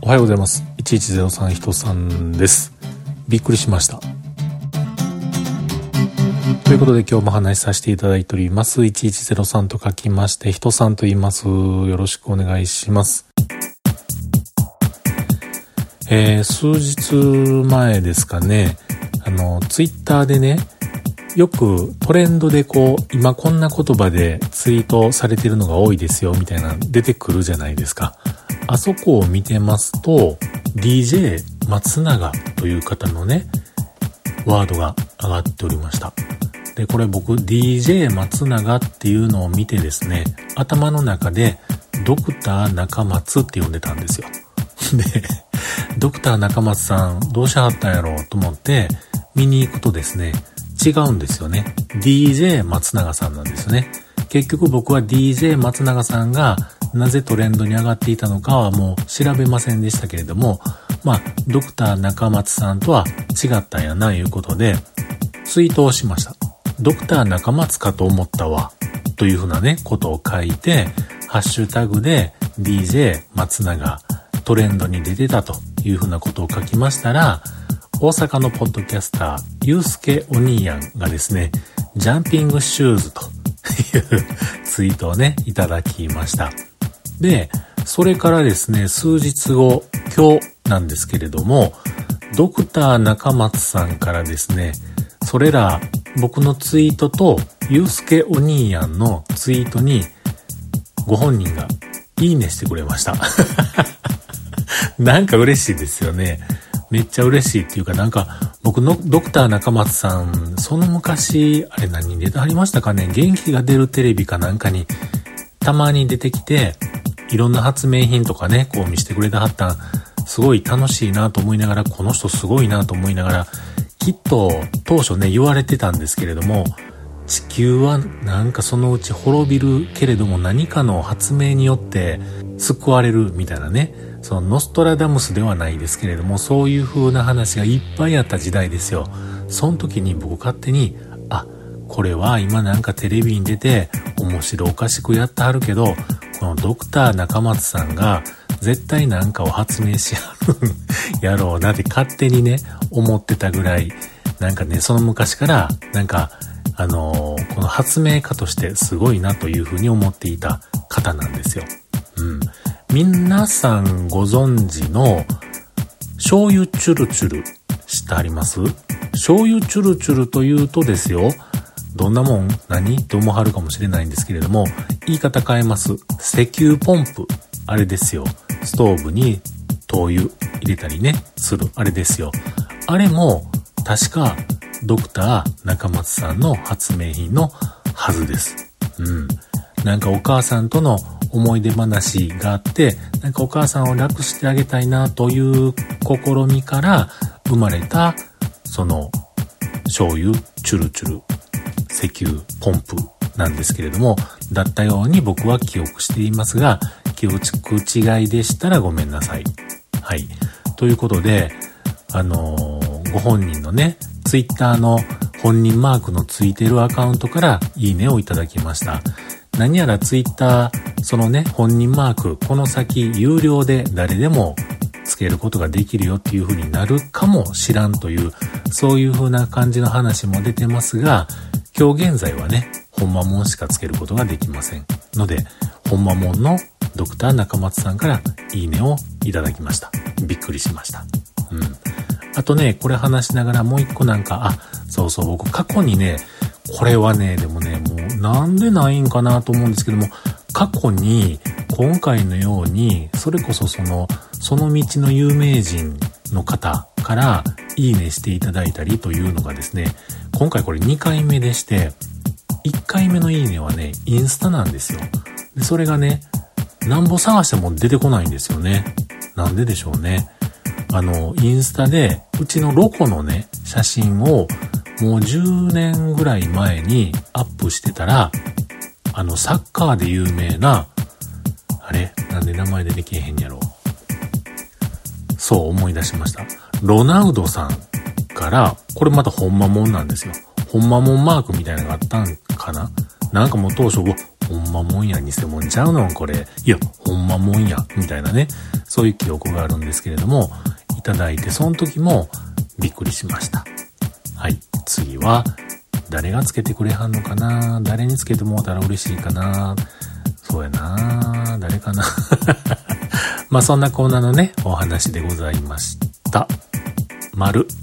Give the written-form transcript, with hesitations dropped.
おはようございます。1103人さんです。びっくりしました。ということで今日も話しさせていただいております。1103と書きまして人さんと言います。よろしくお願いします。数日前ですかね、ツイッターでね、よくトレンドで今こんな言葉でツイートされてるのが多いですよみたいな出てくるじゃないですか。あそこを見てますと DJ 松永という方のねワードが上がっておりました。でこれ僕 DJ 松永っていうのを見てですね、頭の中でドクター中松って呼んでたんですよ。でドクター中松さんどうしはったんやろうと思って見に行くとですね、違うんですよね。 DJ 松永さんなんですね。結局僕は DJ 松永さんがなぜトレンドに上がっていたのかはもう調べませんでしたけれども、ドクター中松さんとは違ったんやないうことでツイートをしました。ドクター中松かと思ったわというふうなねことを書いて、ハッシュタグで DJ 松永トレンドに出てたというふうなことを書きましたら、大阪のポッドキャスターゆうすけお兄やんがですね、ジャンピングシューズというツイートをねいただきました。でそれからですね、数日後今日なんですけれども、ドクター中松さんからですね、それら僕のツイートとゆうすけお兄やんのツイートにご本人がいいねしてくれましたなんか嬉しいですよね。めっちゃ嬉しいっていうか、なんか僕のドクター中松さん、その昔あれ何に出てはりましたかね、元気が出るテレビかなんかにたまに出てきて、いろんな発明品とかね見せてくれたはったん、すごい楽しいなと思いながら、この人すごいなと思いながら、きっと当初ね言われてたんですけれども、地球はなんかそのうち滅びるけれども何かの発明によって救われるみたいなね、そのノストラダムスではないですけれども、そういう風な話がいっぱいあった時代ですよ。その時に僕勝手にこれは今なんかテレビに出て面白おかしくやってはるけど、このドクター中松さんが絶対なんかを発明しはるやろうなって勝手にね思ってたぐらい、なんかねその昔からなんかこの発明家としてすごいなというふうに思っていた方なんですよ。皆さんご存知の醤油チュルチュル知ってあります？醤油チュルチュルというとですよ、どんなもん何って思わはるかもしれないんですけれども、言い方変えます。石油ポンプ、あれですよ。ストーブに灯油入れたりねするあれですよ。あれも確かドクター中松さんの発明品のはずです。なんかお母さんとの思い出話があって、なんかお母さんを楽してあげたいなという試みから生まれたその醤油チュルチュル石油ポンプなんですけれども、だったように僕は記憶していますが、記憶違いでしたらごめんなさい。はい。ということで、ご本人のね、ツイッターの本人マークのついているアカウントからいいねをいただきました。何やらツイッター、そのね、本人マーク、この先有料で誰でもつけることができるよっていう風になるかもしらんという、そういう風な感じの話も出てますが、今日現在はね、ほんまもんしかつけることができませんので、ほんまもんのドクター中松さんからいいねをいただきました。びっくりしました。あとね、これ話しながらもう一個なんか、そう僕過去にね、これはね、でもね、もうなんでないんかなと思うんですけども、過去に今回のように、それこそその道の有名人の方からいいねしていただいたりというのがですね、今回これ2回目でして、1回目のいいねはね、インスタなんですよ。で、それがね、なんぼ探しても出てこないんですよね。なんででしょうね。インスタでうちのロコのね、写真をもう10年ぐらい前にアップしてたら、サッカーで有名な、なんで名前出てけえへんやろ。そう思い出しました。ロナウドさんから、これまたほんまもんなんですよ。ほんまもんマークみたいなのがあったんかな。なんかもう当初、 ほんまもんや、偽物ちゃうのこれ。いや、ほんまもんや、みたいなね。そういう記憶があるんですけれども、いただいて、その時もびっくりしました。はい。次は、誰がつけてくれはんのかな？誰につけてもらったら嬉しいかな？そうやな、誰かなまあそんなコーナーのね、お話でございました。丸。